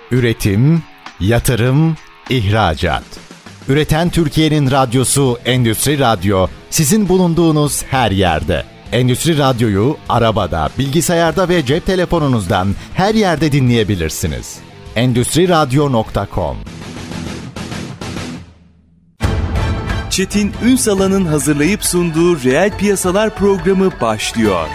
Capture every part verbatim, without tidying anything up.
Üretim, yatırım, ihracat. Üreten Türkiye'nin radyosu Endüstri Radyo, sizin bulunduğunuz her yerde. Endüstri Radyo'yu arabada, bilgisayarda ve cep telefonunuzdan her yerde dinleyebilirsiniz. endüstri radyo nokta com. Çetin Ünsal'ın hazırlayıp sunduğu Reel Piyasalar programı başlıyor.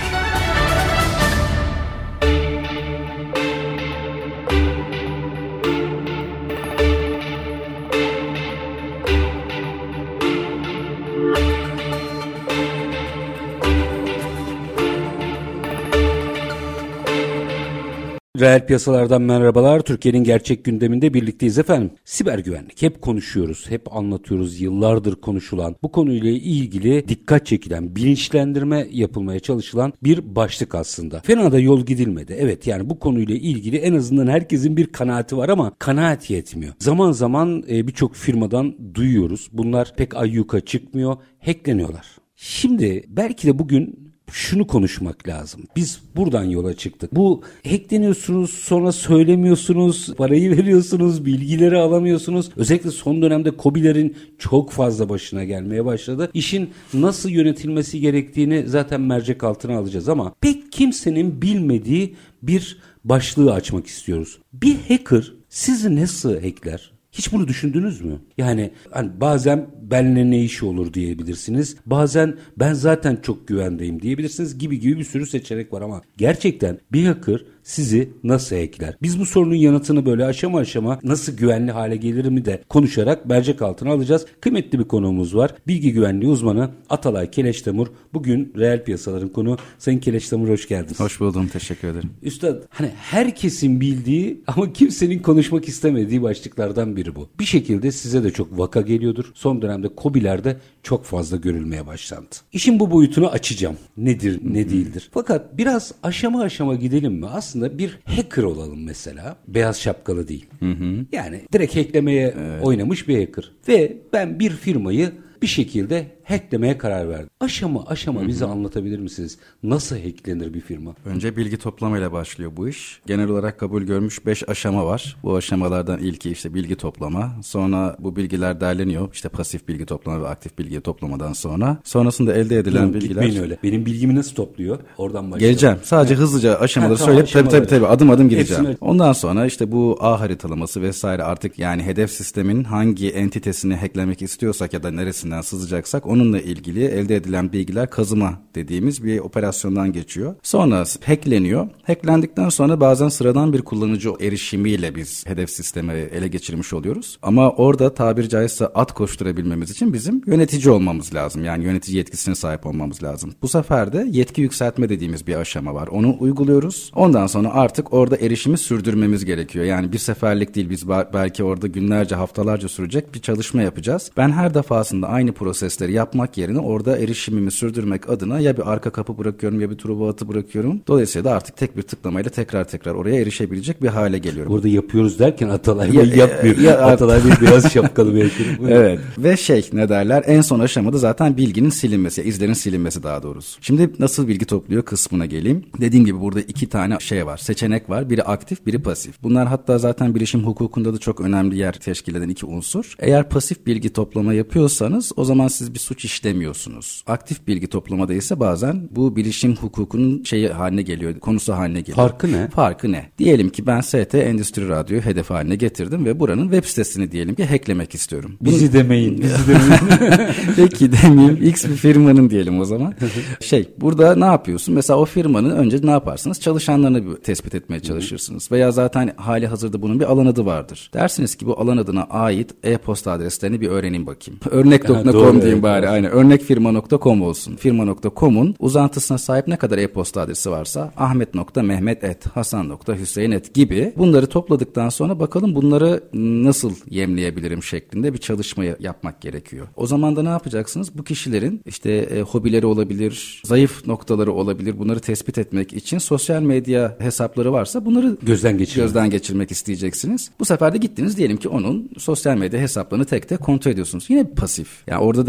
Reel piyasalardan merhabalar. Türkiye'nin gerçek gündeminde birlikteyiz efendim. Siber güvenlik. Hep konuşuyoruz, hep anlatıyoruz. Yıllardır konuşulan, bu konuyla ilgili dikkat çekilen, bilinçlendirme yapılmaya çalışılan bir başlık aslında. Fena da yol gidilmedi. Evet, yani bu konuyla ilgili en azından herkesin bir kanaati var ama kanaat yetmiyor. Zaman zaman e, birçok firmadan duyuyoruz. Bunlar pek ayyuka çıkmıyor, hackleniyorlar. Şimdi belki de bugün şunu konuşmak lazım. Biz buradan yola çıktık. Bu hackleniyorsunuz, sonra söylemiyorsunuz, parayı veriyorsunuz, bilgileri alamıyorsunuz. Özellikle son dönemde KOBİ'lerin çok fazla başına gelmeye başladı. İşin nasıl yönetilmesi gerektiğini zaten mercek altına alacağız ama pek kimsenin bilmediği bir başlığı açmak istiyoruz. Bir hacker sizi nasıl hackler? Hiç bunu düşündünüz mü? Yani hani bazen benimle ne işi olur diyebilirsiniz. Bazen ben zaten çok güvendeyim diyebilirsiniz gibi gibi bir sürü seçenek var ama gerçekten bir hacker sizi nasıl hackler? Biz bu sorunun yanıtını böyle aşama aşama nasıl güvenli hale gelir mi de konuşarak mercek altına alacağız. Kıymetli bir konuğumuz var. Bilgi güvenliği uzmanı Atalay Keleştemur. Bugün reel piyasaların konu. Sayın Keleştemur, hoş geldiniz. Hoş buldum, teşekkür ederim. Üstad, hani herkesin bildiği ama kimsenin konuşmak istemediği başlıklardan biri bu. Bir şekilde size de çok vaka geliyordur. Son dönemde KOBİ'lerde çok fazla görülmeye başlandı. İşin bu boyutunu açacağım. Nedir, ne değildir. Fakat biraz aşama aşama gidelim mi? Aslında bir hacker olalım mesela. Beyaz şapkalı değil. Hı hı. Yani direkt hacklemeye evet. oynamış bir hacker. Ve ben bir firmayı bir şekilde hacklemeye karar verdim. Aşama aşama Hı-hı. bize anlatabilir misiniz? Nasıl hacklenir bir firma? Önce bilgi toplamayla başlıyor bu iş. Genel olarak kabul görmüş beş aşama var. Bu aşamalardan ilki işte bilgi toplama. Sonra bu bilgiler derleniyor. İşte pasif bilgi toplama ve aktif bilgi toplamadan sonra. Sonrasında elde edilen Hı, bilgiler... Gitmeyin öyle. Benim bilgimi nasıl topluyor? Oradan başlayalım. Geleceğim. Sadece evet. hızlıca aşamaları ha, söyleyip tabii tabii tabii adım adım gideceğim. Hepsini... Ondan sonra işte bu ağ haritalaması vesaire, artık yani hedef sistemin hangi entitesini hacklemek istiyorsak ya da neresinden sızacaksak onunla ilgili elde edilen bilgiler kazıma dediğimiz bir operasyondan geçiyor. Sonra hackleniyor. Hacklendikten sonra bazen sıradan bir kullanıcı erişimiyle biz hedef sistemi ele geçirmiş oluyoruz. Ama orada tabiri caizse at koşturabilmemiz için bizim yönetici olmamız lazım. Yani yönetici yetkisine sahip olmamız lazım. Bu sefer de yetki yükseltme dediğimiz bir aşama var. Onu uyguluyoruz. Ondan sonra artık orada erişimi sürdürmemiz gerekiyor. Yani bir seferlik değil, biz belki orada günlerce, haftalarca sürecek bir çalışma yapacağız. Ben her defasında aynı prosesleri yapmak yerine orada erişimimi sürdürmek adına ya bir arka kapı bırakıyorum ya bir turbo atı bırakıyorum. Dolayısıyla da artık tek bir tıklamayla tekrar tekrar oraya erişebilecek bir hale geliyorum. Burada yapıyoruz derken Atalay ya, yapmıyor. Ya, Atalay bir biraz şapkalı bir ekip. Evet. Ve şey ne derler, en son aşamada zaten bilginin silinmesi, izlerin silinmesi daha doğrusu. Şimdi nasıl bilgi topluyor kısmına geleyim. Dediğim gibi burada iki tane şey var. Seçenek var. Biri aktif, biri pasif. Bunlar hatta zaten bilişim hukukunda da çok önemli yer teşkil eden iki unsur. Eğer pasif bilgi toplama yapıyorsanız o zaman siz bir suç işlemiyorsunuz. Aktif bilgi toplamada ise bazen bu bilişim hukukunun şeyi haline geliyor, konusu haline geliyor. Farkı ne? Farkı ne? Diyelim ki ben S T Endüstri Radyo'yu hedef haline getirdim ve buranın web sitesini diyelim ki hacklemek istiyorum. Bizi Bunu... demeyin. Bizi demeyin. Peki demeyeyim. X bir firmanın diyelim o zaman. Şey, burada ne yapıyorsun? Mesela o firmanın önce ne yaparsınız? Çalışanlarını bir tespit etmeye çalışırsınız. Veya zaten hali hazırda bunun bir alan adı vardır. Dersiniz ki bu alan adına ait e-posta adreslerini bir öğreneyim bakayım. örnek nokta com diyeyim bari. Aynen. örnekfirma nokta com olsun. firma nokta com'un uzantısına sahip ne kadar e-posta adresi varsa ahmet nokta mehmet et hasan nokta hüseyin et gibi bunları topladıktan sonra bakalım bunları nasıl yemleyebilirim şeklinde bir çalışma yapmak gerekiyor. O zaman da ne yapacaksınız? Bu kişilerin işte e, hobileri olabilir, zayıf noktaları olabilir. Bunları tespit etmek için sosyal medya hesapları varsa bunları gözden geçirmek. gözden geçirmek isteyeceksiniz. Bu sefer de gittiniz diyelim ki onun sosyal medya hesaplarını tek tek kontrol ediyorsunuz. Yine pasif. Yani orada da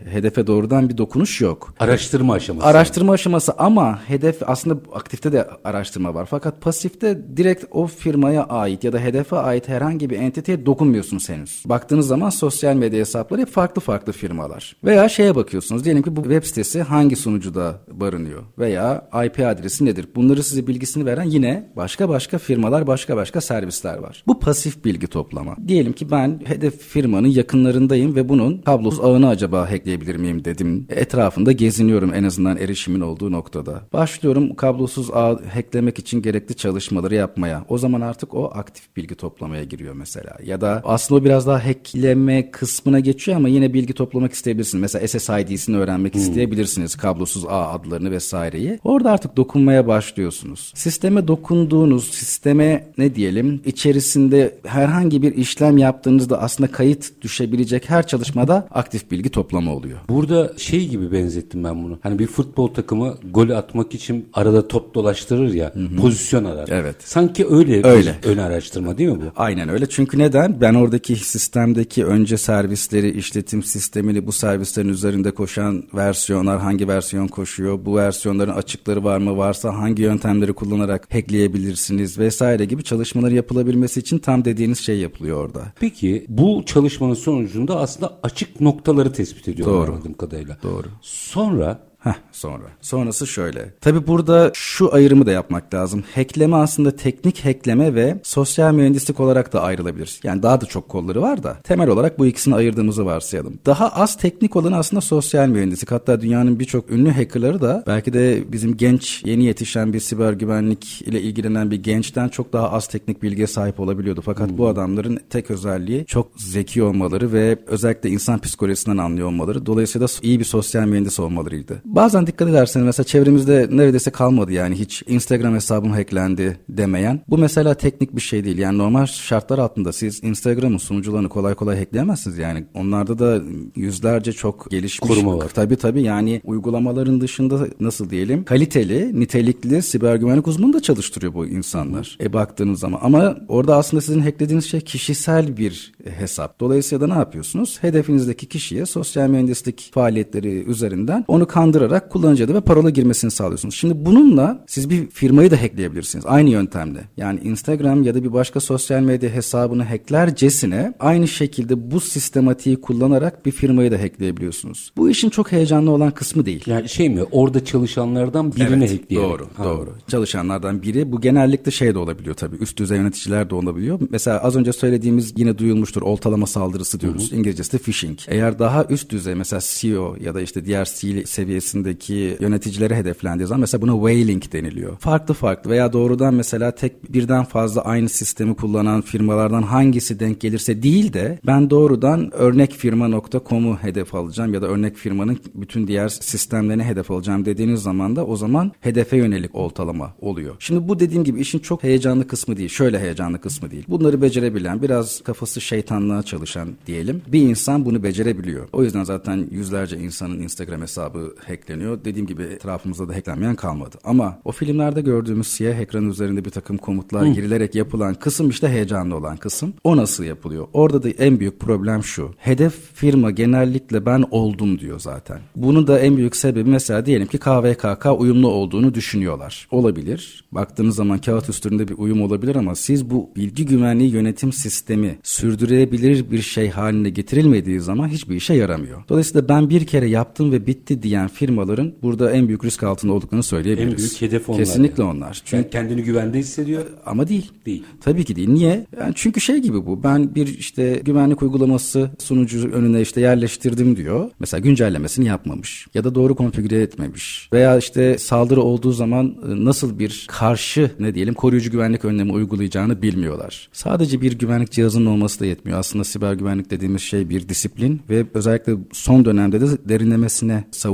hedefe doğrudan bir dokunuş yok. Araştırma aşaması. Araştırma aşaması ama hedef aslında aktifte de araştırma var. Fakat pasifte direkt o firmaya ait ya da hedefe ait herhangi bir entiteye dokunmuyorsunuz henüz. Baktığınız zaman sosyal medya hesapları hep farklı farklı firmalar. Veya şeye bakıyorsunuz. Diyelim ki bu web sitesi hangi sunucuda barınıyor veya I P adresi nedir? Bunları size bilgisini veren yine başka başka firmalar, başka başka servisler var. Bu pasif bilgi toplama. Diyelim ki ben hedef firmanın yakınlarındayım ve bunun kablosuz ağını acaba hackleyebilir miyim dedim. Etrafında geziniyorum en azından erişimin olduğu noktada. Başlıyorum kablosuz ağ hacklemek için gerekli çalışmaları yapmaya. O zaman artık o aktif bilgi toplamaya giriyor mesela. Ya da aslında o biraz daha hackleme kısmına geçiyor ama yine bilgi toplamak isteyebilirsiniz. Mesela S S I D'sini öğrenmek hmm. isteyebilirsiniz. Kablosuz ağ adlarını vesaireyi. Orada artık dokunmaya başlıyorsunuz. Sisteme dokunduğunuz, sisteme ne diyelim içerisinde herhangi bir işlem yaptığınızda aslında kayıt düşebilecek her çalışmada aktif bilgi toplama oluyor. Burada şey gibi benzettim ben bunu. Hani bir futbol takımı gol atmak için arada top dolaştırır ya, hı hı. pozisyon arar. Evet. Sanki öyle, öyle. ön araştırma değil mi bu? Aynen öyle. Çünkü neden? Ben oradaki sistemdeki önce servisleri, işletim sistemini, bu servislerin üzerinde koşan versiyonlar hangi versiyon koşuyor, bu versiyonların açıkları var mı, varsa hangi yöntemleri kullanarak hackleyebilirsiniz vesaire gibi çalışmalar yapılabilmesi için tam dediğiniz şey yapılıyor orada. Peki bu çalışmanın sonucunda aslında açık noktaları tespit ediyorlar anladığım kadarıyla. Doğru. Sonra Heh, sonra. Sonrası şöyle. Tabii burada şu ayrımı da yapmak lazım. Hackleme aslında teknik hackleme ve sosyal mühendislik olarak da ayrılabilir. Yani daha da çok kolları var da temel olarak bu ikisini ayırdığımızı varsayalım. Daha az teknik olan aslında sosyal mühendislik. Hatta dünyanın birçok ünlü hackerları da belki de bizim genç, yeni yetişen bir siber güvenlik ile ilgilenen bir gençten çok daha az teknik bilgiye sahip olabiliyordu. Fakat hmm. bu adamların tek özelliği çok zeki olmaları ve özellikle insan psikolojisinden anlıyor olmaları. Dolayısıyla iyi bir sosyal mühendis olmalarıydı. Bazen dikkat ederseniz mesela çevremizde neredeyse kalmadı yani hiç Instagram hesabım hacklendi demeyen. Bu mesela teknik bir şey değil. Yani normal şartlar altında siz Instagram'ın sunucularını kolay kolay hackleyemezsiniz yani. Onlarda da yüzlerce çok gelişmiş koruma var. Tabii tabii yani uygulamaların dışında nasıl diyelim kaliteli, nitelikli siber güvenlik uzmanı da çalıştırıyor bu insanlar. E baktığınız zaman ama orada aslında sizin hacklediğiniz şey kişisel bir hesap. Dolayısıyla da ne yapıyorsunuz? Hedefinizdeki kişiye sosyal mühendislik faaliyetleri üzerinden onu kandırarak kullanıcı adı ve parola girmesini sağlıyorsunuz. Şimdi bununla siz bir firmayı da hackleyebilirsiniz. Aynı yöntemle. Yani Instagram ya da bir başka sosyal medya hesabını hacklercesine aynı şekilde bu sistematiği kullanarak bir firmayı da hackleyebiliyorsunuz. Bu işin çok heyecanlı olan kısmı değil. Yani şey mi? Orada çalışanlardan birini evet, hackleyerek. Doğru, ha. doğru. Çalışanlardan biri. Bu genellikle şey de olabiliyor tabii. Üst düzey yöneticiler de olabiliyor. Mesela az önce söylediğimiz yine duyulmuştur. Oltalama saldırısı diyoruz. Hı hı. İngilizcesi de phishing. Eğer daha üst düzey mesela C E O ya da işte diğer C seviyesindeki yöneticilere hedeflendiği zaman mesela buna whaling deniliyor. Farklı farklı veya doğrudan mesela tek birden fazla aynı sistemi kullanan firmalardan hangisi denk gelirse değil de ben doğrudan örnekfirma nokta com'u hedef alacağım ya da örnek firmanın bütün diğer sistemlerini hedef alacağım dediğiniz zaman da o zaman hedefe yönelik oltalama oluyor. Şimdi bu dediğim gibi işin çok heyecanlı kısmı değil. Şöyle heyecanlı kısmı değil. Bunları becerebilen, biraz kafası şeytanlığa çalışan diyelim bir insan bunu becerebiliyor. O yüzden zaten yüzlerce insanın Instagram hesabı hackleniyor. Dediğim gibi etrafımızda da hacklenmeyen kalmadı. Ama o filmlerde gördüğümüz siyah ekran üzerinde bir takım komutlar Hı. girilerek yapılan kısım işte heyecanlı olan kısım. O nasıl yapılıyor? Orada da en büyük problem şu. Hedef firma genellikle ben oldum diyor zaten. Bunun da en büyük sebebi mesela diyelim ki K V K K uyumlu olduğunu düşünüyorlar. Olabilir. Baktığınız zaman kağıt üstünde bir uyum olabilir ama siz bu bilgi güvenliği yönetim sistemi sürdürülebilir bir şey haline getirilmediği zaman hiçbir işe yaramıyor. Dolayısıyla ben bir kere yaptım ve bitti diyen firmaların burada en büyük risk altında olduklarını söyleyebiliriz. En büyük hedef onlar. Kesinlikle yani. onlar. Çünkü yani kendini güvende hissediyor. Ama değil. Değil. Tabii ki değil. Niye? Yani çünkü şey gibi bu. Ben bir işte güvenlik uygulaması sunucu önüne işte yerleştirdim diyor. Mesela güncellemesini yapmamış. Ya da doğru konfigüre etmemiş. Veya işte saldırı olduğu zaman nasıl bir karşı ne diyelim koruyucu güvenlik önlemi uygulayacağını bilmiyorlar. Sadece bir güvenlik cihazının olması da yetmiyor. Aslında siber güvenlik dediğimiz şey bir disiplin ve özellikle son dönemde de derinlemesine savunma ve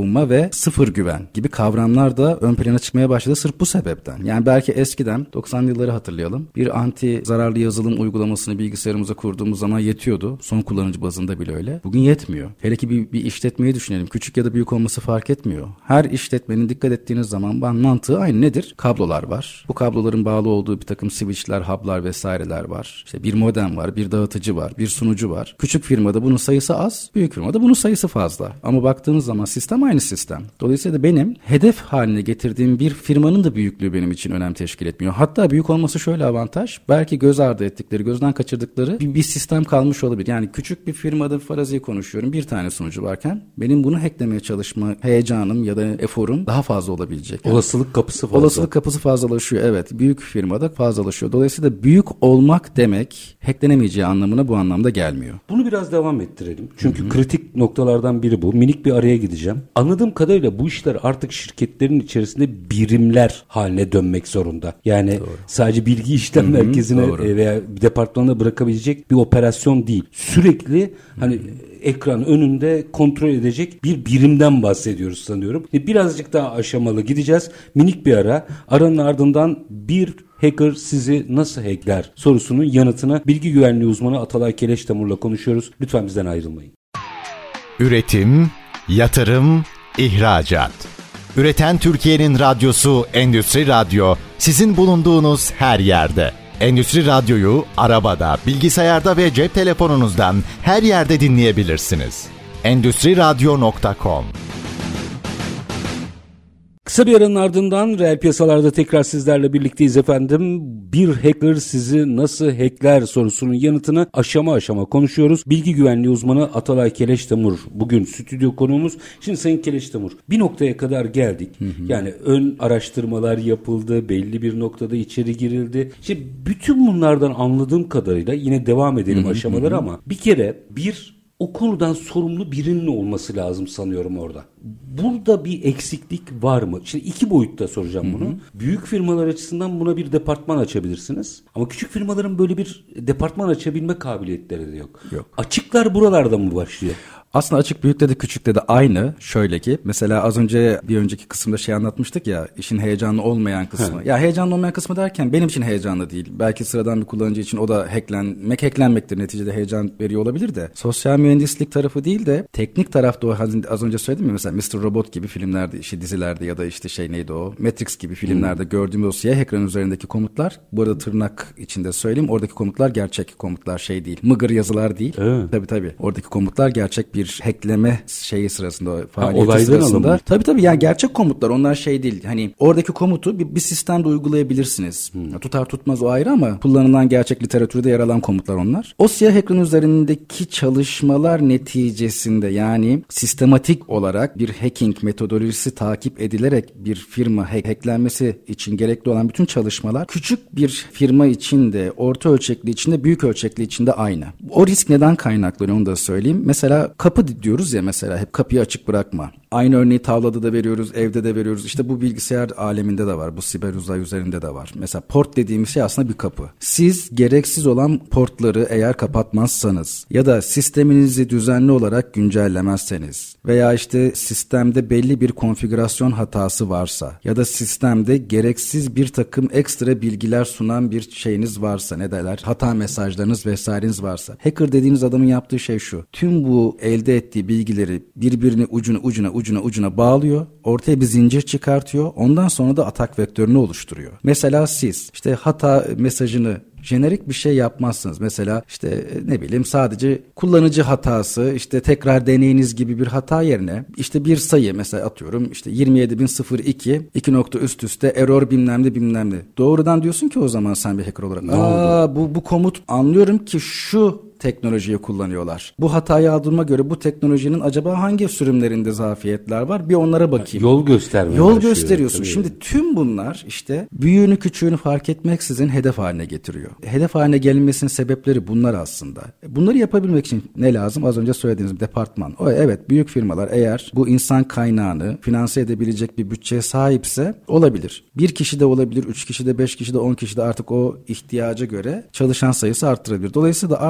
ve sıfır güven gibi kavramlar da ön plana çıkmaya başladı sırf bu sebepten. Yani belki eskiden doksanlı yılları hatırlayalım. Bir anti zararlı yazılım uygulamasını bilgisayarımıza kurduğumuz zaman yetiyordu. Son kullanıcı bazında bile öyle. Bugün yetmiyor. Hele ki bir, bir işletmeyi düşünelim. Küçük ya da büyük olması fark etmiyor. Her işletmenin dikkat ettiğiniz zaman mantığı aynı. Nedir? Kablolar var. Bu kabloların bağlı olduğu bir takım switchler, hub'lar vesaireler var. İşte bir modem var, bir dağıtıcı var, bir sunucu var. Küçük firmada bunun sayısı az, büyük firmada bunun sayısı fazla. Ama baktığınız zaman sistem aynı sistem. Dolayısıyla benim hedef haline getirdiğim bir firmanın da büyüklüğü benim için önem teşkil etmiyor. Hatta büyük olması şöyle avantaj. Belki göz ardı ettikleri, gözden kaçırdıkları bir, bir sistem kalmış olabilir. Yani küçük bir firmada farazi konuşuyorum. Bir tane sunucu varken benim bunu hacklemeye çalışma heyecanım ya da eforum daha fazla olabilecek. Yani olasılık kapısı fazla. Olasılık kapısı fazlalaşıyor. Evet. Büyük firmada fazlalaşıyor. Dolayısıyla büyük olmak demek hacklenemeyeceği anlamına bu anlamda gelmiyor. Bunu biraz devam ettirelim. Çünkü Hı-hı. kritik noktalardan biri bu. Minik bir araya gideceğim. Anladığım kadarıyla bu işler artık şirketlerin içerisinde birimler haline dönmek zorunda. Yani Doğru. sadece bilgi işlem Hı-hı. merkezine Doğru. veya bir departmana bırakabilecek bir operasyon değil. Sürekli Hı-hı. hani ekran önünde kontrol edecek bir birimden bahsediyoruz sanıyorum. Birazcık daha aşamalı gideceğiz. Minik bir ara. Aranın ardından bir hacker sizi nasıl hackler sorusunun yanıtını bilgi güvenliği uzmanı Atalay Keleştamur'la konuşuyoruz. Lütfen bizden ayrılmayın. Üretim, yatırım, ihracat. Üreten Türkiye'nin radyosu Endüstri Radyo, sizin bulunduğunuz her yerde. Endüstri Radyo'yu arabada, bilgisayarda ve cep telefonunuzdan her yerde dinleyebilirsiniz. endüstri radyo nokta com. Kısa bir aranın ardından reel piyasalarda tekrar sizlerle birlikteyiz efendim. Bir hacker sizi nasıl hackler sorusunun yanıtını aşama aşama konuşuyoruz. Bilgi güvenliği uzmanı Atalay Keleştamur bugün stüdyo konuğumuz. Şimdi Sayın Keleştamur, bir noktaya kadar geldik. Hı hı. Yani ön araştırmalar yapıldı, belli bir noktada içeri girildi. İşte bütün bunlardan anladığım kadarıyla yine devam edelim hı hı. aşamaları ama bir kere bir o konudan sorumlu birinin olması lazım sanıyorum orada. Burada bir eksiklik var mı? Şimdi iki boyutta soracağım bunu. Hı hı. Büyük firmalar açısından buna bir departman açabilirsiniz. Ama küçük firmaların böyle bir departman açabilme kabiliyetleri de yok. Yok. Açıklar buralarda mı başlıyor? Aslında açık büyükte de küçükte de aynı. Şöyle ki mesela az önce bir önceki kısımda şey anlatmıştık ya, işin heyecanlı olmayan kısmı. He. Ya heyecanlı olmayan kısmı derken benim için heyecanlı değil. Belki sıradan bir kullanıcı için o da hacklenmek hacklenmektir, neticede heyecan veriyor olabilir de. Sosyal mühendislik tarafı değil de teknik tarafta o az önce söyledim ya, mesela mister Robot gibi filmlerde, işte dizilerde ya da işte şey neydi o Matrix gibi filmlerde hmm. gördüğümüz o siyah ekran üzerindeki komutlar, bu arada tırnak içinde söyleyeyim, oradaki komutlar gerçek komutlar, şey değil. Mıgır yazılar değil. Evet. Tabii tabii. Oradaki komutlar gerçek bir hackleme şeyi sırasında, faaliyeti ha, sırasında. Alınmış. Tabii tabii yani gerçek komutlar, onlar şey değil. Hani oradaki komutu bir, bir sistemde uygulayabilirsiniz. Hmm. Tutar tutmaz o ayrı ama kullanılan gerçek literatürde yer alan komutlar onlar. O siyah ekran üzerindeki çalışmalar neticesinde, yani sistematik olarak bir hacking metodolojisi takip edilerek bir firma hack, hacklenmesi için gerekli olan bütün çalışmalar küçük bir firma için de, orta ölçekli için de, büyük ölçekli için de aynı. O risk neden kaynaklanıyor onu da söyleyeyim. Mesela kapı diyoruz ya, mesela hep kapıyı açık bırakma. Aynı örneği tavlada da veriyoruz, evde de veriyoruz. İşte bu bilgisayar aleminde de var, bu siber uzay üzerinde de var. Mesela port dediğimiz şey aslında bir kapı. Siz gereksiz olan portları eğer kapatmazsanız ya da sisteminizi düzenli olarak güncellemezseniz veya işte sistemde belli bir konfigürasyon hatası varsa ya da sistemde gereksiz bir takım ekstra bilgiler sunan bir şeyiniz varsa, ne derler, hata mesajlarınız vesaireniz varsa, hacker dediğiniz adamın yaptığı şey şu: tüm bu elde ettiği bilgileri birbirine ucuna ucuna ucuna ucuna bağlıyor, ortaya bir zincir çıkartıyor, ondan sonra da atak vektörünü oluşturuyor. Mesela siz işte hata mesajını jenerik bir şey yapmazsınız. Mesela işte ne bileyim sadece kullanıcı hatası, işte tekrar deneyiniz gibi bir hata yerine işte bir sayı mesela atıyorum işte yirmi yedi bin iki, iki nokta üst üste error bilmem ne bilmem ne. Doğrudan diyorsun ki o zaman sen bir hacker olarak, aa bu, bu komut, anlıyorum ki şu teknolojiyi kullanıyorlar. Bu hatayı aldığıma göre bu teknolojinin acaba hangi sürümlerinde zafiyetler var? Bir onlara bakayım. Yol gösterme. Yol gösteriyorsun. Tabii. Şimdi tüm bunlar işte büyüğünü küçüğünü fark etmeksizin hedef haline getiriyor. Hedef haline gelinmesinin sebepleri bunlar aslında. Bunları yapabilmek için ne lazım? Az önce söylediğiniz departman. O evet, büyük firmalar eğer bu insan kaynağını finanse edebilecek bir bütçeye sahipse olabilir. Bir kişi de olabilir, üç kişi de, beş kişi de, on kişi de, artık o ihtiyaca göre çalışan sayısı arttırabilir. Dolayısıyla artık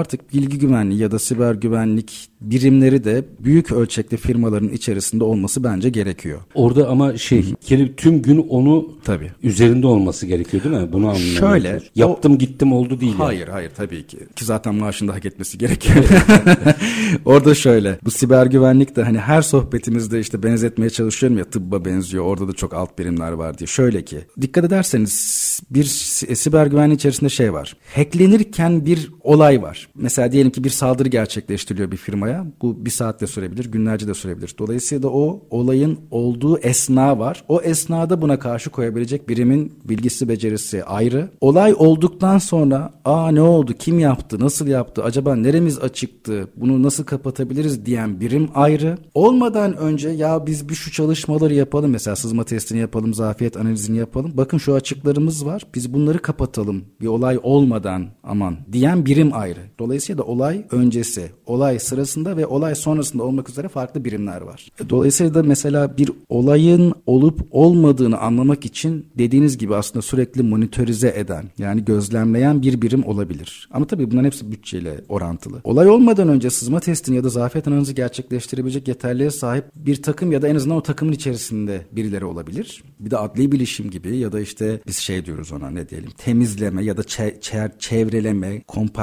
bilgi güvenliği ya da siber güvenlik birimleri de büyük ölçekli firmaların içerisinde olması bence gerekiyor. Orada ama şey kere tüm gün onu tabii üzerinde olması gerekiyor değil mi? Bunu anlamıyorum. Şöyle. Yaptım o, gittim oldu değil. Hayır yani. hayır tabii ki. Ki zaten maaşını da hak etmesi gerekiyor. Orada şöyle. Bu siber güvenlik de hani her sohbetimizde işte benzetmeye çalışıyorum ya, tıbba benziyor. Orada da çok alt birimler var diye. Şöyle ki dikkat ederseniz bir siber güvenlik içerisinde şey var. Hacklenirken bir olay var. Mesela diyelim ki bir saldırı gerçekleştiriliyor bir firmaya. Bu bir saatte sürebilir, günlerce de sürebilir. Dolayısıyla o olayın olduğu esna var. O esnada buna karşı koyabilecek birimin bilgisi, becerisi ayrı. Olay olduktan sonra aa ne oldu, kim yaptı, nasıl yaptı, acaba neremiz açıktı, bunu nasıl kapatabiliriz diyen birim ayrı. Olmadan önce ya biz bir şu çalışmaları yapalım, mesela sızma testini yapalım, zafiyet analizini yapalım. Bakın şu açıklarımız var, biz bunları kapatalım bir olay olmadan aman diyen birim ayrı. Dolayısıyla olay öncesi, olay sırasında ve olay sonrasında olmak üzere farklı birimler var. Dolayısıyla da mesela bir olayın olup olmadığını anlamak için dediğiniz gibi aslında sürekli monitörize eden, yani gözlemleyen bir birim olabilir. Ama tabii bunların hepsi bütçeyle orantılı. Olay olmadan önce sızma testini ya da zafiyet analizi gerçekleştirebilecek yeterliğe sahip bir takım ya da en azından o takımın içerisinde birileri olabilir. Bir de adli bilişim gibi ya da işte biz şey diyoruz ona, ne diyelim, temizleme ya da çe- çe- çevreleme,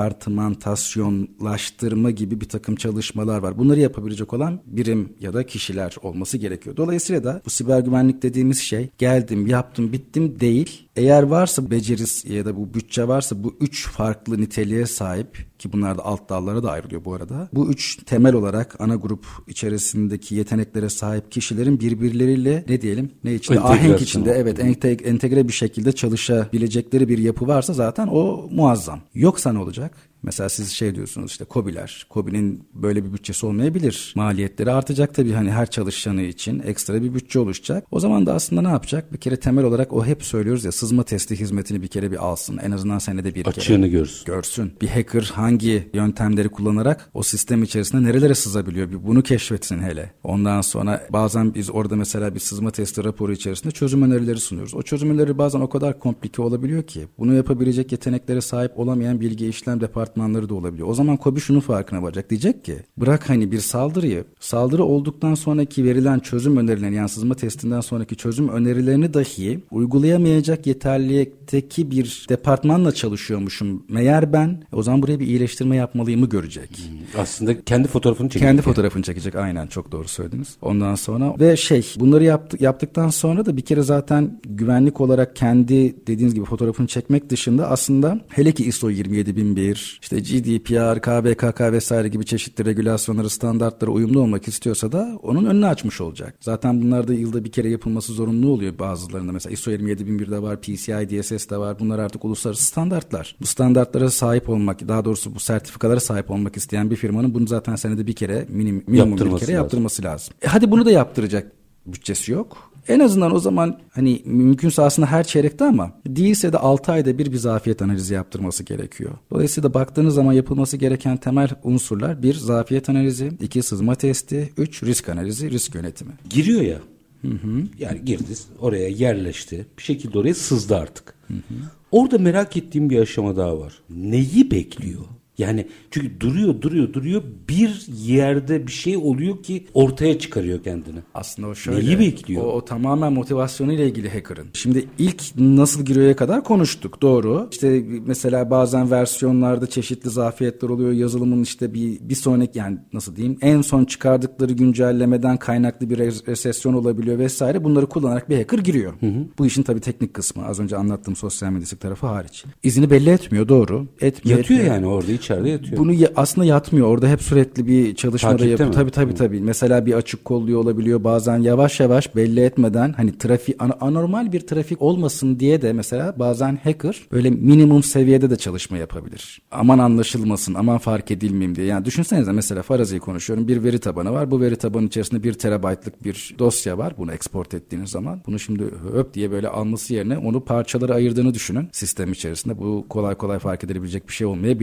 kompartımantasyonlaştırma gibi bir takım çalışmalar var. Bunları yapabilecek olan birim ya da kişiler olması gerekiyor. Dolayısıyla da bu siber güvenlik dediğimiz şey geldim, yaptım, bittim değil. Eğer varsa becerisi ya da bu bütçe varsa bu üç farklı niteliğe sahip, ki bunlar da alt dallara da ayrılıyor bu arada. Bu üç temel olarak ana grup içerisindeki yeteneklere sahip kişilerin birbirleriyle ne diyelim, ne içinde, ahenk içinde, evet, entegre, entegre bir şekilde çalışabilecekleri bir yapı varsa zaten o muazzam. Yoksa ne olacak? Mesela siz şey diyorsunuz işte KOBİ'ler. KOBİ'nin böyle bir bütçesi olmayabilir. Maliyetleri artacak tabii, hani her çalışanı için ekstra bir bütçe oluşacak. O zaman da aslında ne yapacak? Bir kere temel olarak o hep söylüyoruz ya, sızma testi hizmetini bir kere bir alsın. En azından senede bir Açığını kere. Açığını görsün. Görsün. Bir hacker hangi yöntemleri kullanarak o sistem içerisinde nerelere sızabiliyor? Bir bunu keşfetsin hele. Ondan sonra bazen biz orada mesela bir sızma testi raporu içerisinde çözüm önerileri sunuyoruz. O çözüm önerileri bazen o kadar komplike olabiliyor ki bunu yapabilecek yeteneklere sahip olamayan bilgi işlem departmanı departmanları da olabiliyor. O zaman KOBİ şunun farkına varacak. Diyecek ki bırak hani bir saldırıyı, saldırı olduktan sonraki verilen çözüm önerilerini, yani sızma testinden sonraki çözüm önerilerini dahi uygulayamayacak yeterlilikteki bir departmanla çalışıyormuşum. Meğer ben o zaman buraya bir iyileştirme yapmalıyımı görecek. Hmm, aslında kendi fotoğrafını çekecek. Kendi fotoğrafını çekecek. Aynen, çok doğru söylediniz. Ondan sonra ve şey bunları yaptı, yaptıktan sonra da bir kere zaten güvenlik olarak kendi dediğiniz gibi fotoğrafını çekmek dışında aslında hele ki I S O yirmi yedi bin bir, işte G D P R, K B K K vesaire gibi çeşitli regülasyonları, standartlara uyumlu olmak istiyorsa da onun önünü açmış olacak. Zaten bunlar da yılda bir kere yapılması zorunlu oluyor bazılarında. Mesela I S O yirmi yedi bin bir'de var, P C I D S S'de var. Bunlar artık uluslararası standartlar. Bu standartlara sahip olmak, daha doğrusu bu sertifikalara sahip olmak isteyen bir firmanın bunu zaten senede bir kere, minim, minimum bir kere lazım. yaptırması lazım. E hadi bunu da yaptıracak bütçesi yok. En azından o zaman hani mümkünse aslında her çeyrekte ama değilse de altı ayda bir bir zafiyet analizi yaptırması gerekiyor. Dolayısıyla baktığınız zaman yapılması gereken temel unsurlar: bir zafiyet analizi, iki sızma testi, üç risk analizi, risk yönetimi. Giriyor ya. Hı hı. Yani girdi, oraya yerleşti. Bir şekilde oraya sızdı artık. Hı hı. Orada merak ettiğim bir aşama daha var. Neyi bekliyor? Yani çünkü duruyor duruyor duruyor bir yerde bir şey oluyor ki ortaya çıkarıyor kendini. Aslında o şöyle. Neyi bekliyor? O, o tamamen motivasyonuyla ilgili hacker'ın. Şimdi ilk nasıl giriyor'ya kadar konuştuk, doğru. İşte mesela bazen versiyonlarda çeşitli zafiyetler oluyor. Yazılımın işte bir bir sonraki, yani nasıl diyeyim, en son çıkardıkları güncellemeden kaynaklı bir resesyon olabiliyor vesaire. Bunları kullanarak bir hacker giriyor. Hı hı. Bu işin tabii teknik kısmı. Az önce anlattığım sosyal medyası tarafı hariç. İzini belli etmiyor, doğru. Etmiyor. Yatıyor etmiyor. yani orada hiç. Yatıyor. Bunu ya, aslında yatmıyor. Orada hep sürekli bir çalışmada yapıyor. Tabii tabii tabii. Mesela bir açık kolluyor olabiliyor. Bazen yavaş yavaş belli etmeden, hani trafik an- anormal bir trafik olmasın diye de mesela bazen hacker böyle minimum seviyede de çalışma yapabilir. Aman anlaşılmasın, aman fark edilmeyeyim diye. Yani düşünsenize, mesela faraziyi konuşuyorum. Bir veri tabanı var. Bu veri tabanı içerisinde bir terabaytlık bir dosya var. Bunu export ettiğiniz zaman bunu şimdi höp diye böyle alması yerine onu parçalara ayırdığını düşünün. Sistem içerisinde bu kolay kolay fark edilebilecek bir şey olmayabilir. O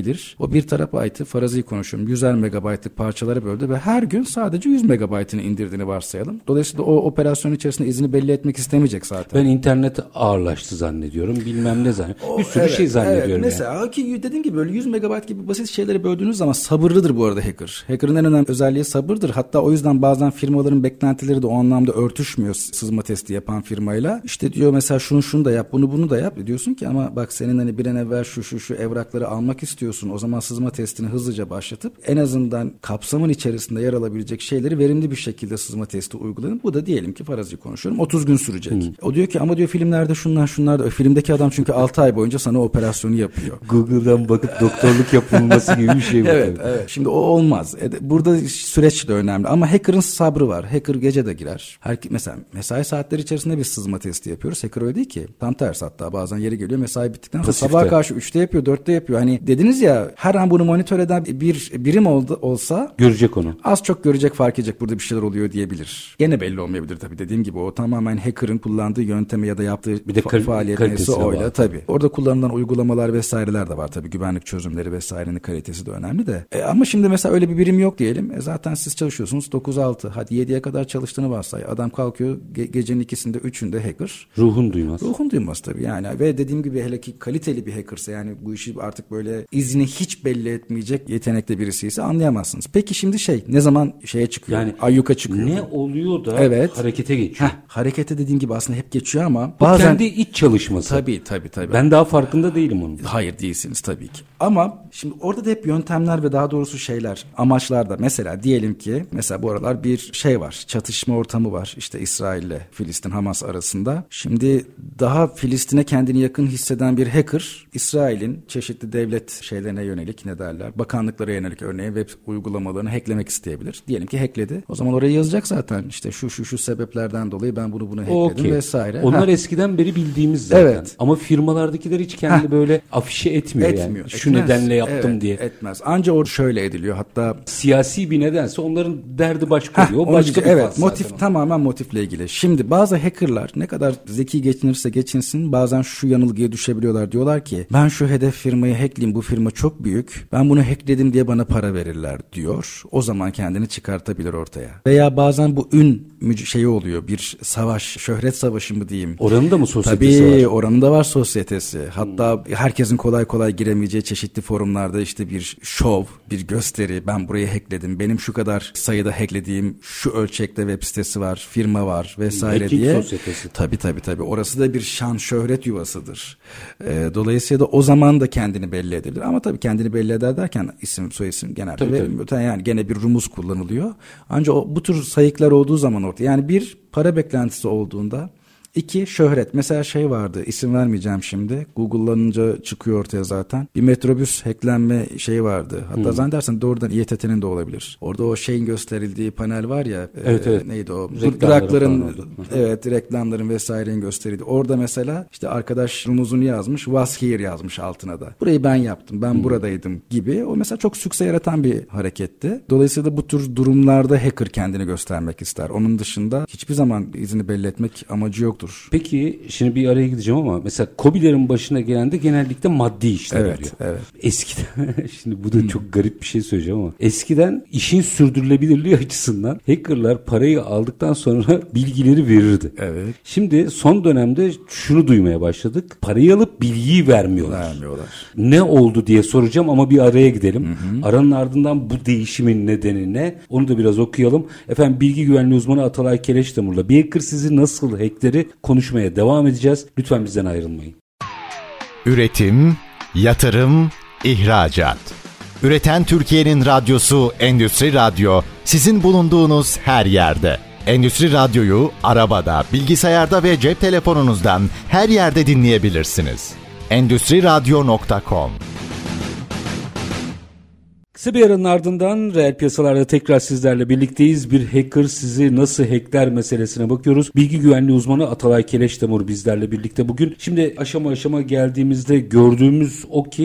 O bir terabaytı farazi konuşuyorum. yüzer megabaytlık parçalara böldü ve her gün sadece yüz megabaytını indirdiğini varsayalım. Dolayısıyla o operasyon içerisinde izini belli etmek istemeyecek zaten. Ben internet ağırlaştı zannediyorum. Bilmem ne zannediyorum. Bir sürü evet, şey zannediyorum. Evet. Mesela yani. Ki dediğim gibi böyle yüz megabayt gibi basit şeyleri böldüğünüz zaman sabırlıdır bu arada hacker. Hacker'ın en önemli özelliği sabırdır. Hatta o yüzden bazen firmaların beklentileri de o anlamda örtüşmüyor sızma testi yapan firmayla. İşte diyor mesela şunu şunu da yap, bunu bunu da yap. Diyorsun ki ama bak senin hani bir an evvel şu şu şu evrakları almak istiyorsun. O zaman sızma testini hızlıca başlatıp en azından kapsamın içerisinde yer alabilecek şeyleri verimli bir şekilde sızma testi uygulanıp bu da diyelim ki farazi konuşuyorum otuz gün sürecek. Hmm. O diyor ki ama diyor filmlerde şunlar şunlar da o filmdeki adam çünkü altı ay boyunca sana operasyonu yapıyor. Google'dan bakıp doktorluk yapılması gibi bir şey bu. Evet, evet. Şimdi o olmaz. Burada süreç de önemli ama hacker'ın sabrı var. Hacker gece de girer. Her, mesela mesai saatleri içerisinde bir sızma testi yapıyoruz. Hacker öyle değil ki. Tam tersi hatta bazen yeri geliyor mesai bittikten sonra sabaha karşı üçte yapıyor, dörtte yapıyor. Hani dediniz ya her an bunu monitör eden bir birim oldu, olsa görecek onu. Az çok görecek, fark edecek burada bir şeyler oluyor diyebilir. Gene belli olmayabilir tabii dediğim gibi o tamamen hacker'ın kullandığı yöntemi ya da yaptığı bir de kal- faaliyet neyse oyla tabii. Orada kullanılan uygulamalar vesaireler de var tabii. Güvenlik çözümleri vesairenin kalitesi de önemli de. E ama şimdi mesela öyle bir birim yok diyelim. E zaten siz çalışıyorsunuz dokuz altı. Hadi yediye kadar çalıştığını varsay. Adam kalkıyor ge- gecenin ikisinde üçünde hacker. Ruhun duymaz. Ruhun duymaz tabii yani. Ve dediğim gibi hele ki kaliteli bir hackersa yani bu işi artık böyle izini hiç belli etmeyecek yetenekli birisi ise anlayamazsınız. Peki şimdi şey ne zaman şeye çıkıyor? Yani ayyuka çıkıyor. Ne oluyor da evet. harekete geçiyor? Heh, harekete dediğim gibi aslında hep geçiyor ama bu bazen kendi iç çalışması. Tabii tabii tabii. Ben daha farkında değilim onun. Hayır değilsiniz tabii ki. Ama şimdi orada da hep yöntemler ve daha doğrusu şeyler, amaçlar da mesela diyelim ki mesela bu aralar bir şey var. Çatışma ortamı var. İşte İsrail ile Filistin Hamas arasında. Şimdi daha Filistin'e kendini yakın hisseden bir hacker İsrail'in çeşitli devlet şeylerine yönelik ne derler? Bakanlıklara yönelik örneğin web uygulamalarını hacklemek isteyebilir. Diyelim ki hackledi. O zaman oraya yazacak zaten işte şu şu şu sebeplerden dolayı ben bunu bunu hackledim okay. vesaire. Onlar ha. eskiden beri bildiğimiz zaten. Evet. Ama firmalardakiler hiç kendi ha. böyle afişe etmiyor, etmiyor yani. Etmez. Şu nedenle yaptım evet, diye. Etmez. Anca o şöyle ediliyor. Hatta siyasi bir nedense onların derdi başka oluyor. O başka bir evet, motif tamamen motifle ilgili. Şimdi bazı hackerlar ne kadar zeki geçinirse geçinsin bazen şu yanılgıya düşebiliyorlar. Diyorlar ki ben şu hedef firmayı hackleyeyim. Bu firma çok büyük. Ben bunu hackledim diye bana para verirler diyor. O zaman kendini çıkartabilir ortaya. Veya bazen bu ün şeyi oluyor. Bir savaş, şöhret savaşı mı diyeyim. Oranın da mı sosyetesi Tabii, var? Tabii oranın da var sosyetesi. Hatta hmm. herkesin kolay kolay giremeyeceği çeşitli forumlarda işte bir şov, bir gösteri. Ben burayı hackledim. Benim şu kadar sayıda hacklediğim şu ölçekte web sitesi var, firma var vesaire Hacking diye. sosyetesi. Tabii tabii tabii. Orası da bir şan, şöhret yuvasıdır. Ee, dolayısıyla da o zaman da kendini belli edebilir. Ama tabii kendini belli eder derken isim, soyisim genelde verilmiyor. Yani gene bir rumuz kullanılıyor. Ancak o, bu tür sayıklar olduğu zaman ortaya. Yani bir para beklentisi olduğunda İki, şöhret. Mesela şey vardı, isim vermeyeceğim şimdi. Google'lanınca çıkıyor ortaya zaten. Bir metrobüs hacklenme şeyi vardı. Hatta hmm. zannedersen doğrudan İ E T T'nin de olabilir. Orada o şeyin gösterildiği panel var ya. Evet, e, evet. Neydi o? Durakların, evet reklamların vesairenin gösterildiği. Orada mesela işte arkadaş rumuzunu yazmış. Was here yazmış altına da. Burayı ben yaptım. Ben hmm. buradaydım gibi. O mesela çok sükse yaratan bir hareketti. Dolayısıyla bu tür durumlarda hacker kendini göstermek ister. Onun dışında hiçbir zaman izini belli etmek amacı yoktur. Peki şimdi bir araya gideceğim ama mesela KOBİ'lerin başına gelen de genellikle maddi işler evet, oluyor. Evet. Eskiden şimdi bu da hmm. çok garip bir şey söyleyeceğim ama eskiden işin sürdürülebilirliği açısından hackerlar parayı aldıktan sonra bilgileri verirdi. Evet. Şimdi son dönemde şunu duymaya başladık. Parayı alıp bilgiyi vermiyorlar. Vermiyorlar. Ne oldu diye soracağım ama bir araya gidelim. Hı hı. Aranın ardından bu değişimin nedeni ne? Onu da biraz okuyalım. Efendim bilgi güvenliği uzmanı Atalay Keleşdemur'la bir hacker sizi nasıl hackleri konuşmaya devam edeceğiz. Lütfen bizden ayrılmayın. Üretim, yatırım, ihracat. Üreten Türkiye'nin radyosu Endüstri Radyo sizin bulunduğunuz her yerde. Endüstri Radyo'yu arabada, bilgisayarda ve cep telefonunuzdan her yerde dinleyebilirsiniz. endüstri radyo nokta com. Kısa bir aranın ardından reel piyasalarda tekrar sizlerle birlikteyiz. Bir hacker sizi nasıl hackler meselesine bakıyoruz. Bilgi güvenliği uzmanı Atalay Keleşdemur bizlerle birlikte bugün. Şimdi aşama aşama geldiğimizde gördüğümüz o ki